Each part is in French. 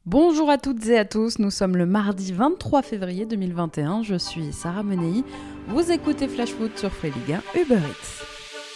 Bonjour à toutes et à tous, nous sommes le mardi 23 février 2021, je suis Sarah Menei, vous écoutez Flash Foot sur Free Ligue 1 Uber Eats.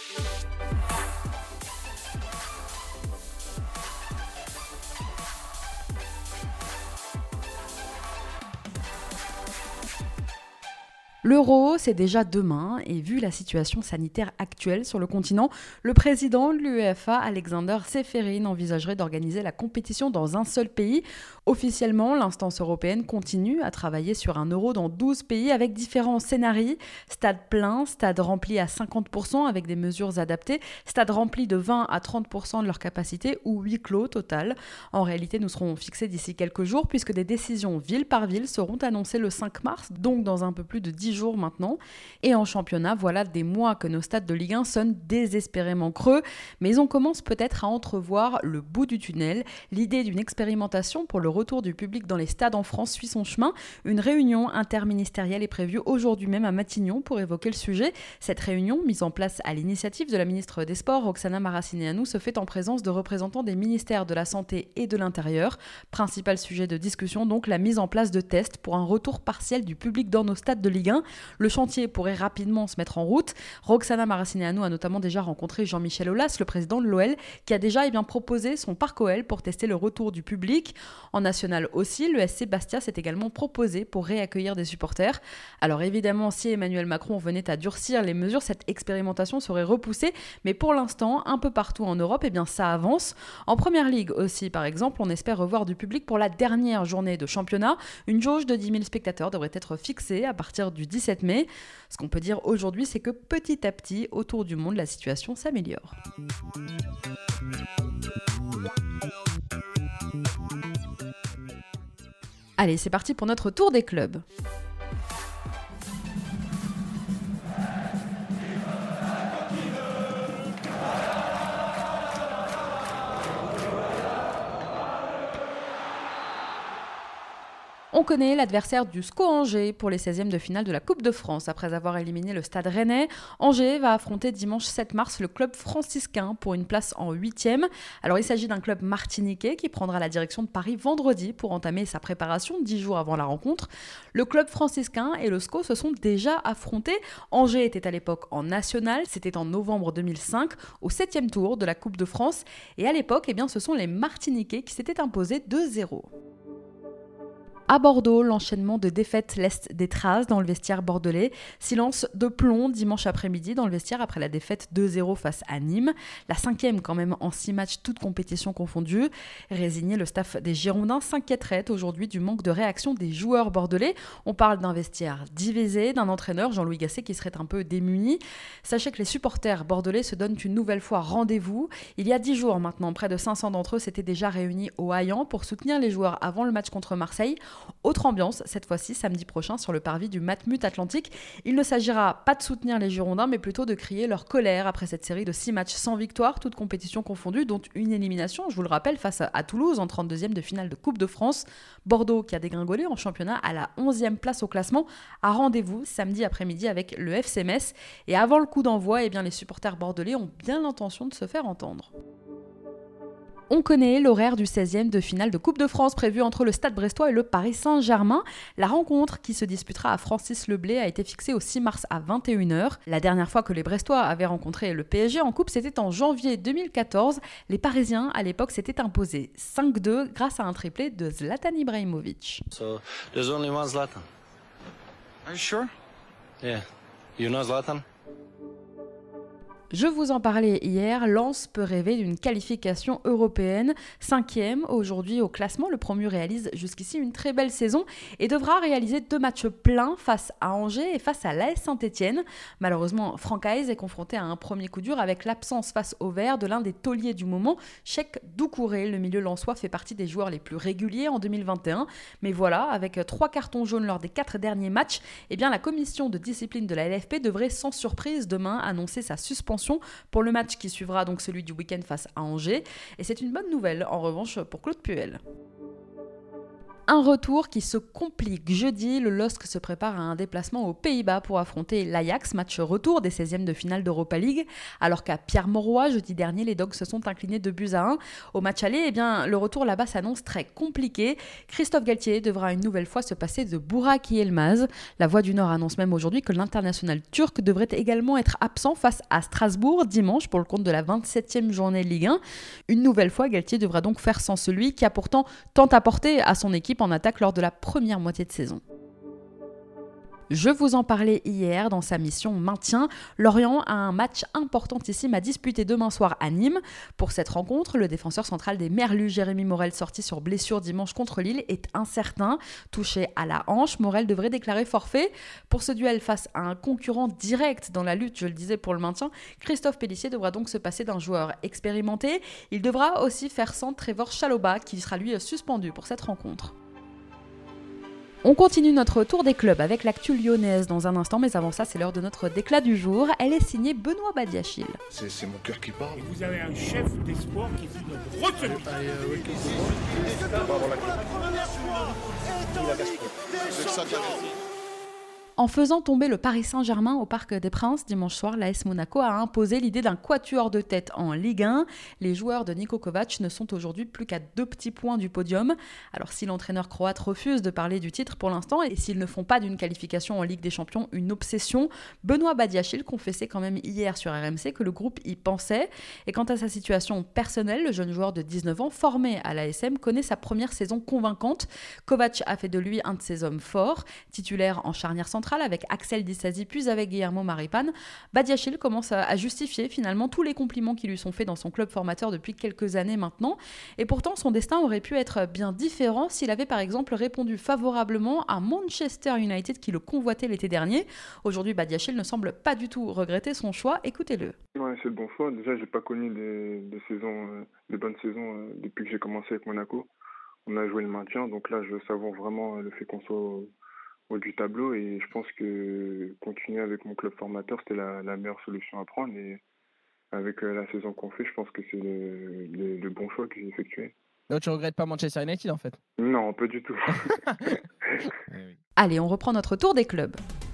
L'Euro, c'est déjà demain et vu la situation sanitaire actuelle sur le continent, le président de l'UEFA, Alexander Ceferin, envisagerait d'organiser la compétition dans un seul pays. Officiellement, l'instance européenne continue à travailler sur un Euro dans 12 pays avec différents scénarios. Stade plein, stade rempli à 50% avec des mesures adaptées, stade rempli de 20 à 30% de leur capacité ou huis clos total. En réalité, nous serons fixés d'ici quelques jours puisque des décisions ville par ville seront annoncées le 5 mars, donc dans un peu plus de 10 jours maintenant. Et en championnat, voilà des mois que nos stades de Ligue 1 sonnent désespérément creux, mais on commence peut-être à entrevoir le bout du tunnel. L'idée d'une expérimentation pour le retour du public dans les stades en France suit son chemin. Une réunion interministérielle est prévue aujourd'hui même à Matignon pour évoquer le sujet. Cette réunion, mise en place à l'initiative de la ministre des Sports, Roxana Maracineanu, se fait en présence de représentants des ministères de la Santé et de l'Intérieur. Principal sujet de discussion donc, la mise en place de tests pour un retour partiel du public dans nos stades de Ligue 1. Le chantier pourrait rapidement se mettre en route. Roxana Maracineanu a notamment déjà rencontré Jean-Michel Aulas, le président de l'OL, qui a déjà proposé son parc OL pour tester le retour du public. En national aussi, le SC Bastia s'est également proposé pour réaccueillir des supporters. Alors évidemment, si Emmanuel Macron venait à durcir les mesures, cette expérimentation serait repoussée, mais pour l'instant, un peu partout en Europe, ça avance. En Première Ligue aussi, par exemple, on espère revoir du public pour la dernière journée de championnat. Une jauge de 10 000 spectateurs devrait être fixée à partir du 17 mai. Ce qu'on peut dire aujourd'hui, c'est que petit à petit, autour du monde, la situation s'améliore. Allez, c'est parti pour notre tour des clubs. On connaît l'adversaire du SCO Angers pour les 16e de finale de la Coupe de France. Après avoir éliminé le Stade Rennais, Angers va affronter dimanche 7 mars le club franciscain pour une place en 8e. Alors il s'agit d'un club martiniquais qui prendra la direction de Paris vendredi pour entamer sa préparation 10 jours avant la rencontre. Le club franciscain et le SCO se sont déjà affrontés. Angers était à l'époque en national, c'était en novembre 2005, au 7e tour de la Coupe de France. Et à l'époque, ce sont les Martiniquais qui s'étaient imposés 2-0. À Bordeaux, l'enchaînement de défaites laisse des traces dans le vestiaire bordelais. Silence de plomb dimanche après-midi dans le vestiaire après la défaite 2-0 face à Nîmes. La 5e quand même en 6 matchs, toutes compétitions confondues. Résigné, le staff des Girondins s'inquiéterait aujourd'hui du manque de réaction des joueurs bordelais. On parle d'un vestiaire divisé, d'un entraîneur, Jean-Louis Gasset, qui serait un peu démuni. Sachez que les supporters bordelais se donnent une nouvelle fois rendez-vous. Il y a 10 jours maintenant, près de 500 d'entre eux s'étaient déjà réunis au Haillan pour soutenir les joueurs avant le match contre Marseille. Autre ambiance, cette fois-ci samedi prochain sur le parvis du Matmut Atlantique. Il ne s'agira pas de soutenir les Girondins, mais plutôt de crier leur colère après cette série de 6 matchs sans victoire, toutes compétitions confondues, dont une élimination, je vous le rappelle, face à Toulouse en 32e de finale de Coupe de France. Bordeaux, qui a dégringolé en championnat à la 11e place au classement, a rendez-vous samedi après-midi avec le FC Metz. Et avant le coup d'envoi, les supporters bordelais ont bien l'intention de se faire entendre. On connaît l'horaire du 16e de finale de Coupe de France prévu entre le Stade Brestois et le Paris Saint-Germain. La rencontre qui se disputera à Francis-Leblay a été fixée au 6 mars à 21h. La dernière fois que les Brestois avaient rencontré le PSG en Coupe, c'était en janvier 2014. Les Parisiens, à l'époque, s'étaient imposés 5-2 grâce à un triplé de Zlatan Ibrahimovic. So, there's only one Zlatan. Are you sure? Yeah. You know Zlatan? Je vous en parlais hier, Lens peut rêver d'une qualification européenne. 5e aujourd'hui au classement, le promu réalise jusqu'ici une très belle saison et devra réaliser 2 matchs pleins face à Angers et face à l'AS Saint-Etienne. Malheureusement, Francaise est confronté à un premier coup dur avec l'absence face au vert de l'un des tauliers du moment, Cheick Doucouré. Le milieu lensois fait partie des joueurs les plus réguliers en 2021. Mais voilà, avec 3 cartons jaunes lors des 4 derniers matchs, la commission de discipline de la LFP devrait sans surprise demain annoncer sa suspension pour le match qui suivra donc celui du week-end face à Angers. Et c'est une bonne nouvelle en revanche pour Claude Puel. Un retour qui se complique. Jeudi, le LOSC se prépare à un déplacement aux Pays-Bas pour affronter l'Ajax, match retour des 16e de finale d'Europa League, alors qu'à Pierre-Mauroy, jeudi dernier, les Dogs se sont inclinés 2-1. Au match aller, le retour là-bas s'annonce très compliqué. Christophe Galtier devra une nouvelle fois se passer de Burak Yilmaz. La Voix du Nord annonce même aujourd'hui que l'international turc devrait également être absent face à Strasbourg dimanche pour le compte de la 27e journée de Ligue 1. Une nouvelle fois, Galtier devra donc faire sans celui qui a pourtant tant apporté à son équipe en attaque lors de la première moitié de saison. Je vous en parlais hier dans sa mission maintien. Lorient a un match importantissime à disputer demain soir à Nîmes. Pour cette rencontre, le défenseur central des Merlus, Jérémy Morel, sorti sur blessure dimanche contre Lille, est incertain. Touché à la hanche, Morel devrait déclarer forfait. Pour ce duel face à un concurrent direct dans la lutte, je le disais, pour le maintien, Christophe Pélissier devra donc se passer d'un joueur expérimenté. Il devra aussi faire sans Trevor Chalobah, qui sera lui suspendu pour cette rencontre. On continue notre tour des clubs avec l'actu lyonnaise dans un instant, mais avant ça, c'est l'heure de notre déclat du jour. Elle est signée Benoît Badiachil. C'est mon cœur qui parle. Et vous avez un chef d'espoir qui est une retenue. En faisant tomber le Paris Saint-Germain au Parc des Princes dimanche soir, l'AS Monaco a imposé l'idée d'un quatuor de tête en Ligue 1. Les joueurs de Niko Kovac ne sont aujourd'hui plus qu'à 2 petits points du podium. Alors si l'entraîneur croate refuse de parler du titre pour l'instant et s'ils ne font pas d'une qualification en Ligue des Champions une obsession, Benoît Badiachil confessait quand même hier sur RMC que le groupe y pensait. Et quant à sa situation personnelle, le jeune joueur de 19 ans formé à l'ASM connaît sa première saison convaincante. Kovac a fait de lui un de ses hommes forts, titulaire en charnière centrale avec Axel Disasi puis avec Guillermo Maripane. Badiachil commence à justifier finalement tous les compliments qui lui sont faits dans son club formateur depuis quelques années maintenant. Et pourtant, son destin aurait pu être bien différent s'il avait par exemple répondu favorablement à Manchester United qui le convoitait l'été dernier. Aujourd'hui, Badiachil ne semble pas du tout regretter son choix. Écoutez-le. Ouais, c'est le bon choix. Déjà, j'ai pas connu des bonnes saisons depuis que j'ai commencé avec Monaco. On a joué le maintien, donc là, je savoure vraiment le fait qu'on soit au haut du tableau et je pense que continuer avec mon club formateur, c'était la meilleure solution à prendre et avec la saison qu'on fait, je pense que c'est le bon choix que j'ai effectué. Donc tu regrettes pas Manchester United en fait? Non, pas du tout. Allez, on reprend notre tour des clubs.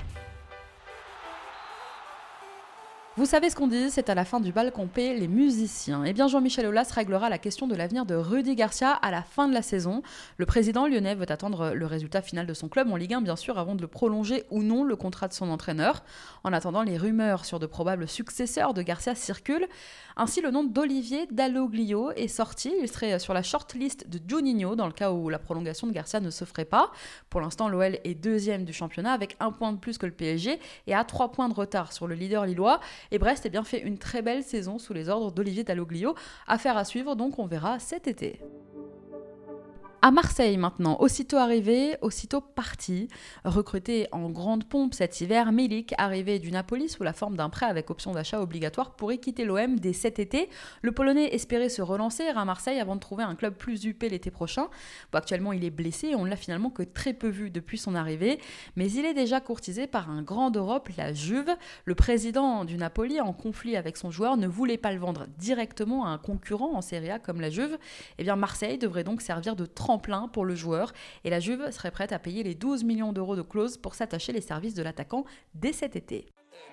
Vous savez ce qu'on dit, c'est à la fin du bal qu'on paie les musiciens. Eh bien, Jean-Michel Aulas réglera la question de l'avenir de Rudy Garcia à la fin de la saison. Le président lyonnais veut attendre le résultat final de son club en Ligue 1, bien sûr, avant de le prolonger ou non le contrat de son entraîneur. En attendant, les rumeurs sur de probables successeurs de Garcia circulent. Ainsi, le nom d'Olivier Dalloglio est sorti. Il serait sur la shortlist de Juninho dans le cas où la prolongation de Garcia ne se ferait pas. Pour l'instant, l'OL est 2e du championnat avec 1 point de plus que le PSG et a 3 points de retard sur le leader lillois. Et Brest fait une très belle saison sous les ordres d'Olivier Dalloglio. Affaire à suivre, donc on verra cet été. À Marseille maintenant, aussitôt arrivé, aussitôt parti. Recruté en grande pompe cet hiver, Milik, arrivé du Napoli sous la forme d'un prêt avec option d'achat obligatoire, pourrait quitter l'OM dès cet été. Le Polonais espérait se relancer à Marseille avant de trouver un club plus huppé l'été prochain. Actuellement, il est blessé et on ne l'a finalement que très peu vu depuis son arrivée. Mais il est déjà courtisé par un grand d'Europe, la Juve. Le président du Napoli, en conflit avec son joueur, ne voulait pas le vendre directement à un concurrent en Serie A comme la Juve. Eh bien, Marseille devrait donc servir de tremplin pour le joueur et la Juve serait prête à payer les 12 millions d'euros de clause pour s'attacher les services de l'attaquant dès cet été.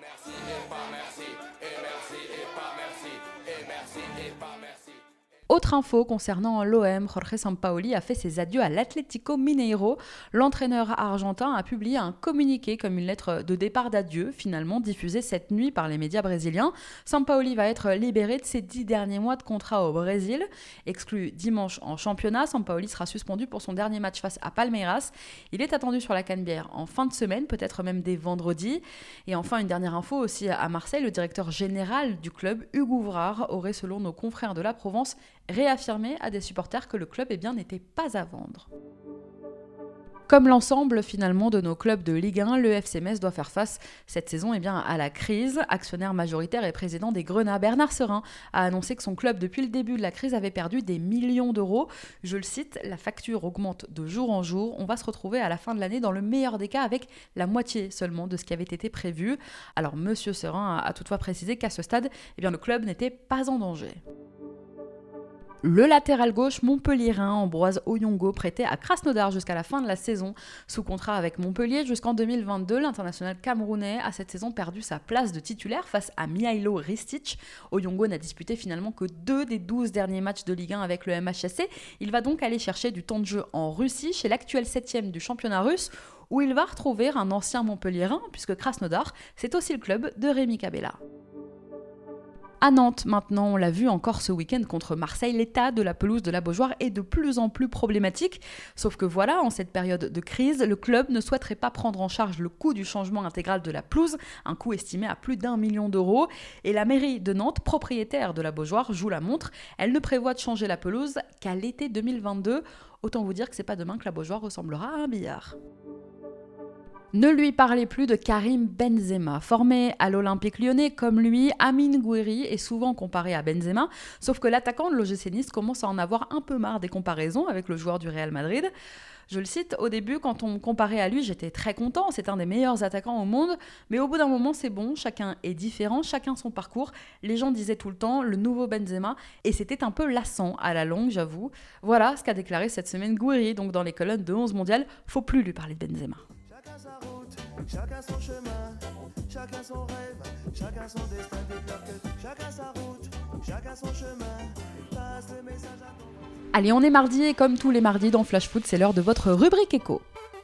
Autre info concernant l'OM, Jorge Sampaoli a fait ses adieux à l'Atlético Mineiro. L'entraîneur argentin a publié un communiqué comme une lettre de départ d'adieu, finalement diffusée cette nuit par les médias brésiliens. Sampaoli va être libéré de ses 10 derniers mois de contrat au Brésil. Exclu dimanche en championnat, Sampaoli sera suspendu pour son dernier match face à Palmeiras. Il est attendu sur la Canebière en fin de semaine, peut-être même dès vendredi. Et enfin, une dernière info aussi à Marseille, le directeur général du club, Hugues Ouvrard, aurait, selon nos confrères de la Provence, réaffirmé à des supporters que le club n'était pas à vendre. Comme l'ensemble finalement de nos clubs de Ligue 1, le FC Metz doit faire face cette saison à la crise. Actionnaire majoritaire et président des Grenats, Bernard Serin a annoncé que son club depuis le début de la crise avait perdu des millions d'euros. Je le cite, la facture augmente de jour en jour. On va se retrouver à la fin de l'année dans le meilleur des cas avec la moitié seulement de ce qui avait été prévu. Alors Monsieur Serin a toutefois précisé qu'à ce stade, le club n'était pas en danger. Le latéral gauche montpelliérain Ambroise Oyongo, prêté à Krasnodar jusqu'à la fin de la saison. Sous contrat avec Montpellier jusqu'en 2022, l'international camerounais a cette saison perdu sa place de titulaire face à Mihailo Ristic. Oyongo n'a disputé finalement que 2 des 12 derniers matchs de Ligue 1 avec le MHSC. Il va donc aller chercher du temps de jeu en Russie, chez l'actuel 7e du championnat russe, où il va retrouver un ancien montpelliérain, puisque Krasnodar, c'est aussi le club de Rémi Cabella. À Nantes, maintenant, on l'a vu encore ce week-end contre Marseille, l'état de la pelouse de la Beaujoire est de plus en plus problématique. Sauf que voilà, en cette période de crise, le club ne souhaiterait pas prendre en charge le coût du changement intégral de la pelouse, un coût estimé à plus d'1 million d'euros. Et la mairie de Nantes, propriétaire de la Beaujoire, joue la montre. Elle ne prévoit de changer la pelouse qu'à l'été 2022. Autant vous dire que c'est pas demain que la Beaujoire ressemblera à un billard. Ne lui parlez plus de Karim Benzema. Formé à l'Olympique Lyonnais, comme lui, Amine Gouiri est souvent comparé à Benzema, sauf que l'attaquant de l'OGC Nice commence à en avoir un peu marre des comparaisons avec le joueur du Real Madrid. Je le cite, au début, quand on me comparait à lui, j'étais très content, c'est un des meilleurs attaquants au monde, mais au bout d'un moment, c'est bon, chacun est différent, chacun son parcours. Les gens disaient tout le temps, le nouveau Benzema, et c'était un peu lassant à la longue, j'avoue. Voilà ce qu'a déclaré cette semaine Gouiri, donc dans les colonnes de 11 mondial, faut plus lui parler de Benzema. Chacun sa route, chacun son chemin, chacun son rêve, chacun son destin déclare que chacun sa route, chacun son chemin, passe le message à ton... Allez, on est mardi et comme tous les mardis dans Flash Foot, c'est l'heure de votre rubrique écho.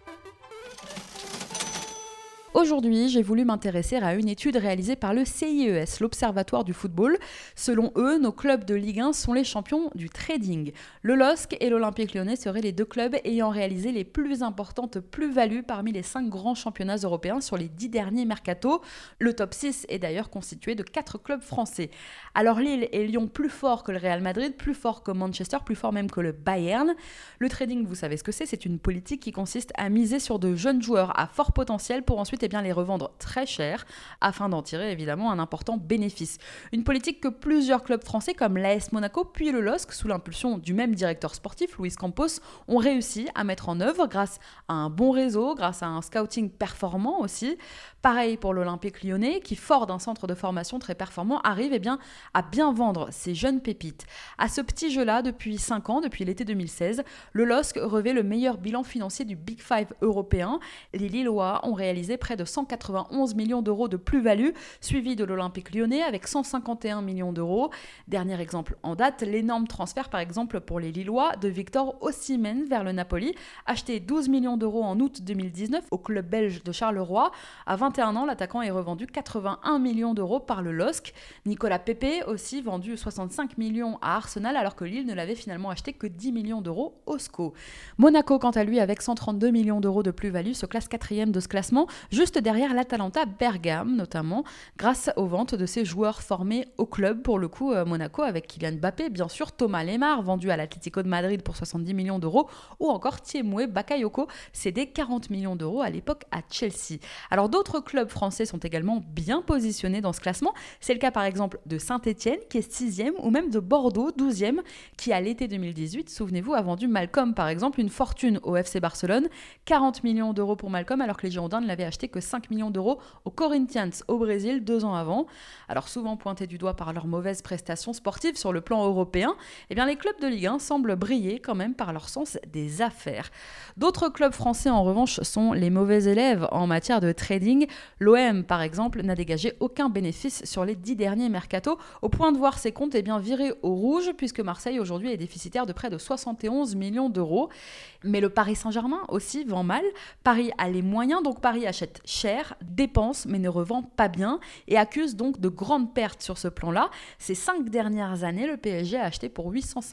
Aujourd'hui, j'ai voulu m'intéresser à une étude réalisée par le CIES, l'Observatoire du football. Selon eux, nos clubs de Ligue 1 sont les champions du trading. Le LOSC et l'Olympique Lyonnais seraient les 2 clubs ayant réalisé les plus importantes plus-values parmi les 5 grands championnats européens sur les 10 derniers mercatos. Le top 6 est d'ailleurs constitué de 4 clubs français. Alors Lille et Lyon plus forts que le Real Madrid, plus forts que Manchester, plus forts même que le Bayern. Le trading, vous savez ce que c'est une politique qui consiste à miser sur de jeunes joueurs à fort potentiel pour ensuite bien les revendre très cher afin d'en tirer évidemment un important bénéfice. Une politique que plusieurs clubs français comme l'AS Monaco puis le LOSC, sous l'impulsion du même directeur sportif, Luis Campos, ont réussi à mettre en œuvre grâce à un bon réseau, grâce à un scouting performant aussi. Pareil pour l'Olympique Lyonnais qui, fort d'un centre de formation très performant, arrive à bien vendre ses jeunes pépites. À ce petit jeu-là, depuis 5 ans, depuis l'été 2016, le LOSC revêt le meilleur bilan financier du Big Five européen. Les Lillois ont réalisé près de 191 millions d'euros de plus-value, suivi de l'Olympique Lyonnais avec 151 millions d'euros. Dernier exemple en date, l'énorme transfert par exemple pour les Lillois de Victor Osimhen vers le Napoli, acheté 12 millions d'euros en août 2019 au club belge de Charleroi. À 21 ans, l'attaquant est revendu 81 millions d'euros par le LOSC. Nicolas Pepe aussi vendu 65 millions à Arsenal alors que Lille ne l'avait finalement acheté que 10 millions d'euros au SCO. Monaco, quant à lui, avec 132 millions d'euros de plus-value, se classe 4e de ce classement, juste derrière l'Atalanta Bergame notamment, grâce aux ventes de ses joueurs formés au club. Pour le coup, Monaco avec Kylian Mbappé, bien sûr, Thomas Lemar, vendu à l'Atlético de Madrid pour 70 millions d'euros, ou encore Thiemoué Bakayoko, cédé 40 millions d'euros à l'époque à Chelsea. Alors d'autres clubs français sont également bien positionnés dans ce classement. C'est le cas par exemple de Saint-Etienne qui est 6e, ou même de Bordeaux 12e, qui à l'été 2018, souvenez-vous, a vendu Malcolm par exemple une fortune au FC Barcelone, 40 millions d'euros pour Malcolm alors que les Girondins ne l'avaient acheté que 5 millions d'euros au Corinthians au Brésil 2 ans avant. Alors souvent pointés du doigt par leurs mauvaises prestations sportives sur le plan européen, eh bien les clubs de Ligue 1 semblent briller quand même par leur sens des affaires. D'autres clubs français en revanche sont les mauvais élèves en matière de trading. L'OM par exemple n'a dégagé aucun bénéfice sur les 10 derniers mercatos, au point de voir ses comptes virés au rouge puisque Marseille aujourd'hui est déficitaire de près de 71 millions d'euros. Mais le Paris Saint-Germain aussi vend mal. Paris a les moyens, donc Paris achète cher, dépense mais ne revend pas bien et accuse donc de grandes pertes sur ce plan-là. Ces 5 dernières années, le PSG a acheté pour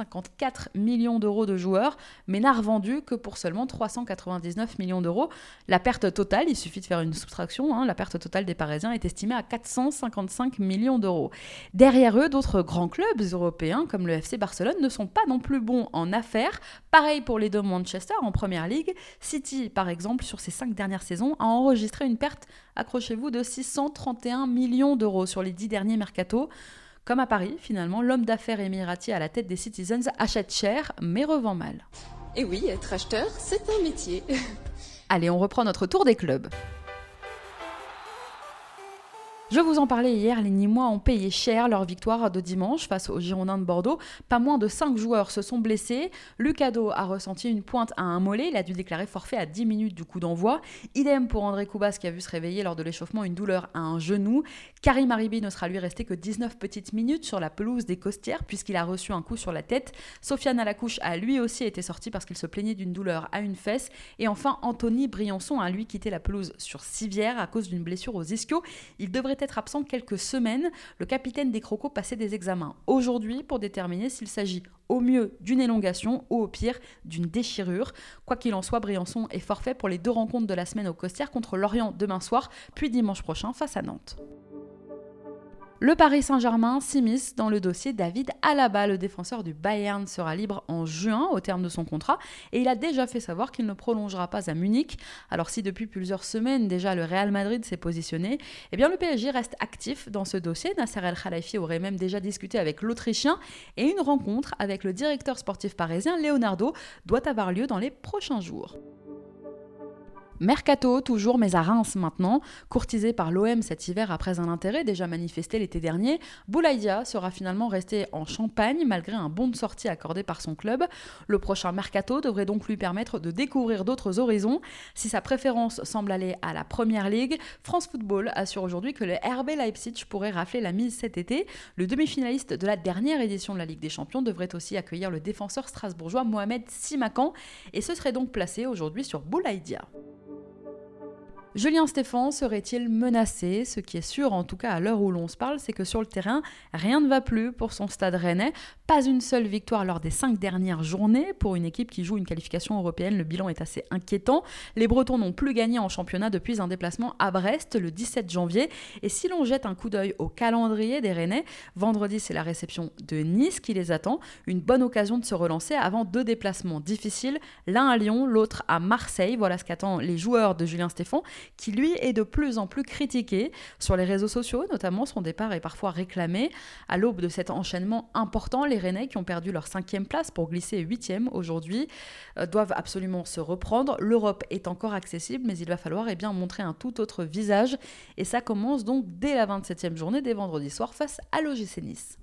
854 millions d'euros de joueurs mais n'a revendu que pour seulement 399 millions d'euros. La perte totale, il suffit de faire une soustraction, la perte totale des Parisiens est estimée à 455 millions d'euros. Derrière eux, d'autres grands clubs européens comme le FC Barcelone ne sont pas non plus bons en affaires. Pareil pour les deux Manchester en Première Ligue. City, par exemple, sur ces 5 dernières saisons, a enregistré une perte, accrochez-vous, de 631 millions d'euros sur les 10 derniers mercatos. Comme à Paris, finalement, l'homme d'affaires émirati à la tête des Citizens achète cher, mais revend mal. Et oui, être acheteur, c'est un métier. Allez, on reprend notre tour des clubs. Je vous en parlais hier, les Nîmois ont payé cher leur victoire de dimanche face aux Girondins de Bordeaux. Pas moins de 5 joueurs se sont blessés. Lucado a ressenti une pointe à un mollet, il a dû déclarer forfait à 10 minutes du coup d'envoi. Idem pour André Koubas qui a vu se réveiller lors de l'échauffement une douleur à un genou. Karim Aribi ne sera lui resté que 19 petites minutes sur la pelouse des Costières puisqu'il a reçu un coup sur la tête. Sofiane Alacouche a lui aussi été sorti parce qu'il se plaignait d'une douleur à une fesse. Et enfin, Anthony Briançon a lui quitté la pelouse sur civière à cause d'une blessure aux ischios. Il devrait être absent quelques semaines. Le capitaine des Crocos passait des examens aujourd'hui pour déterminer s'il s'agit au mieux d'une élongation ou au pire d'une déchirure. Quoi qu'il en soit, Briançon est forfait pour les 2 rencontres de la semaine au Costières contre Lorient demain soir, puis dimanche prochain face à Nantes. Le Paris Saint-Germain s'immisce dans le dossier David Alaba. Le défenseur du Bayern sera libre en juin au terme de son contrat et il a déjà fait savoir qu'il ne prolongera pas à Munich. Alors si depuis plusieurs semaines déjà le Real Madrid s'est positionné, eh bien le PSG reste actif dans ce dossier. Nasser El Khelaifi aurait même déjà discuté avec l'Autrichien et une rencontre avec le directeur sportif parisien Leonardo doit avoir lieu dans les prochains jours. Mercato toujours, mais à Reims maintenant. Courtisé par l'OM cet hiver après un intérêt déjà manifesté l'été dernier, Boulaïdia sera finalement resté en Champagne malgré un bon de sortie accordé par son club. Le prochain Mercato devrait donc lui permettre de découvrir d'autres horizons. Si sa préférence semble aller à la Première Ligue, France Football assure aujourd'hui que le RB Leipzig pourrait rafler la mise cet été. Le demi-finaliste de la dernière édition de la Ligue des Champions devrait aussi accueillir le défenseur strasbourgeois Mohamed Simakan et se serait donc placé aujourd'hui sur Boulaïdia. Julien Stéphan serait-il menacé ? Ce qui est sûr, en tout cas à l'heure où l'on se parle, c'est que sur le terrain, rien ne va plus pour son Stade Rennais. Pas une seule victoire lors des 5 dernières journées. Pour une équipe qui joue une qualification européenne, le bilan est assez inquiétant. Les Bretons n'ont plus gagné en championnat depuis un déplacement à Brest le 17 janvier. Et si l'on jette un coup d'œil au calendrier des Rennais, vendredi c'est la réception de Nice qui les attend. Une bonne occasion de se relancer avant 2 déplacements difficiles, l'un à Lyon, l'autre à Marseille. Voilà ce qu'attend les joueurs de Julien Stéphan, qui lui est de plus en plus critiqué. Sur les réseaux sociaux, notamment, son départ est parfois réclamé. À l'aube de cet enchaînement important, les Rennais, qui ont perdu leur 5e place pour glisser 8e aujourd'hui, doivent absolument se reprendre. L'Europe est encore accessible, mais il va falloir montrer un tout autre visage. Et ça commence donc dès la 27e journée, dès vendredi soir, face à l'OGC Nice.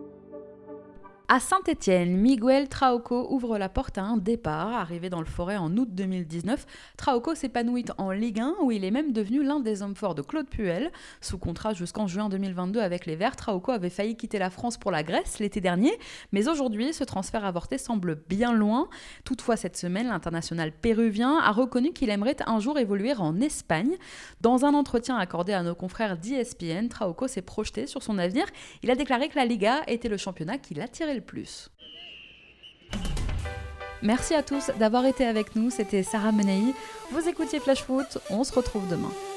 À Saint-Étienne, Miguel Trauco ouvre la porte à un départ. Arrivé dans le Forêt en août 2019, Trauco s'épanouit en Ligue 1 où il est même devenu l'un des hommes forts de Claude Puel. Sous contrat jusqu'en juin 2022 avec les Verts, Trauco avait failli quitter la France pour la Grèce l'été dernier, mais aujourd'hui, ce transfert avorté semble bien loin. Toutefois, cette semaine, l'international péruvien a reconnu qu'il aimerait un jour évoluer en Espagne. Dans un entretien accordé à nos confrères d'ESPN, Trauco s'est projeté sur son avenir. Il a déclaré que la Liga était le championnat qui l'attirait le plus. Merci à tous d'avoir été avec nous, c'était Sarah Menei. Vous écoutiez Flash Foot, on se retrouve demain.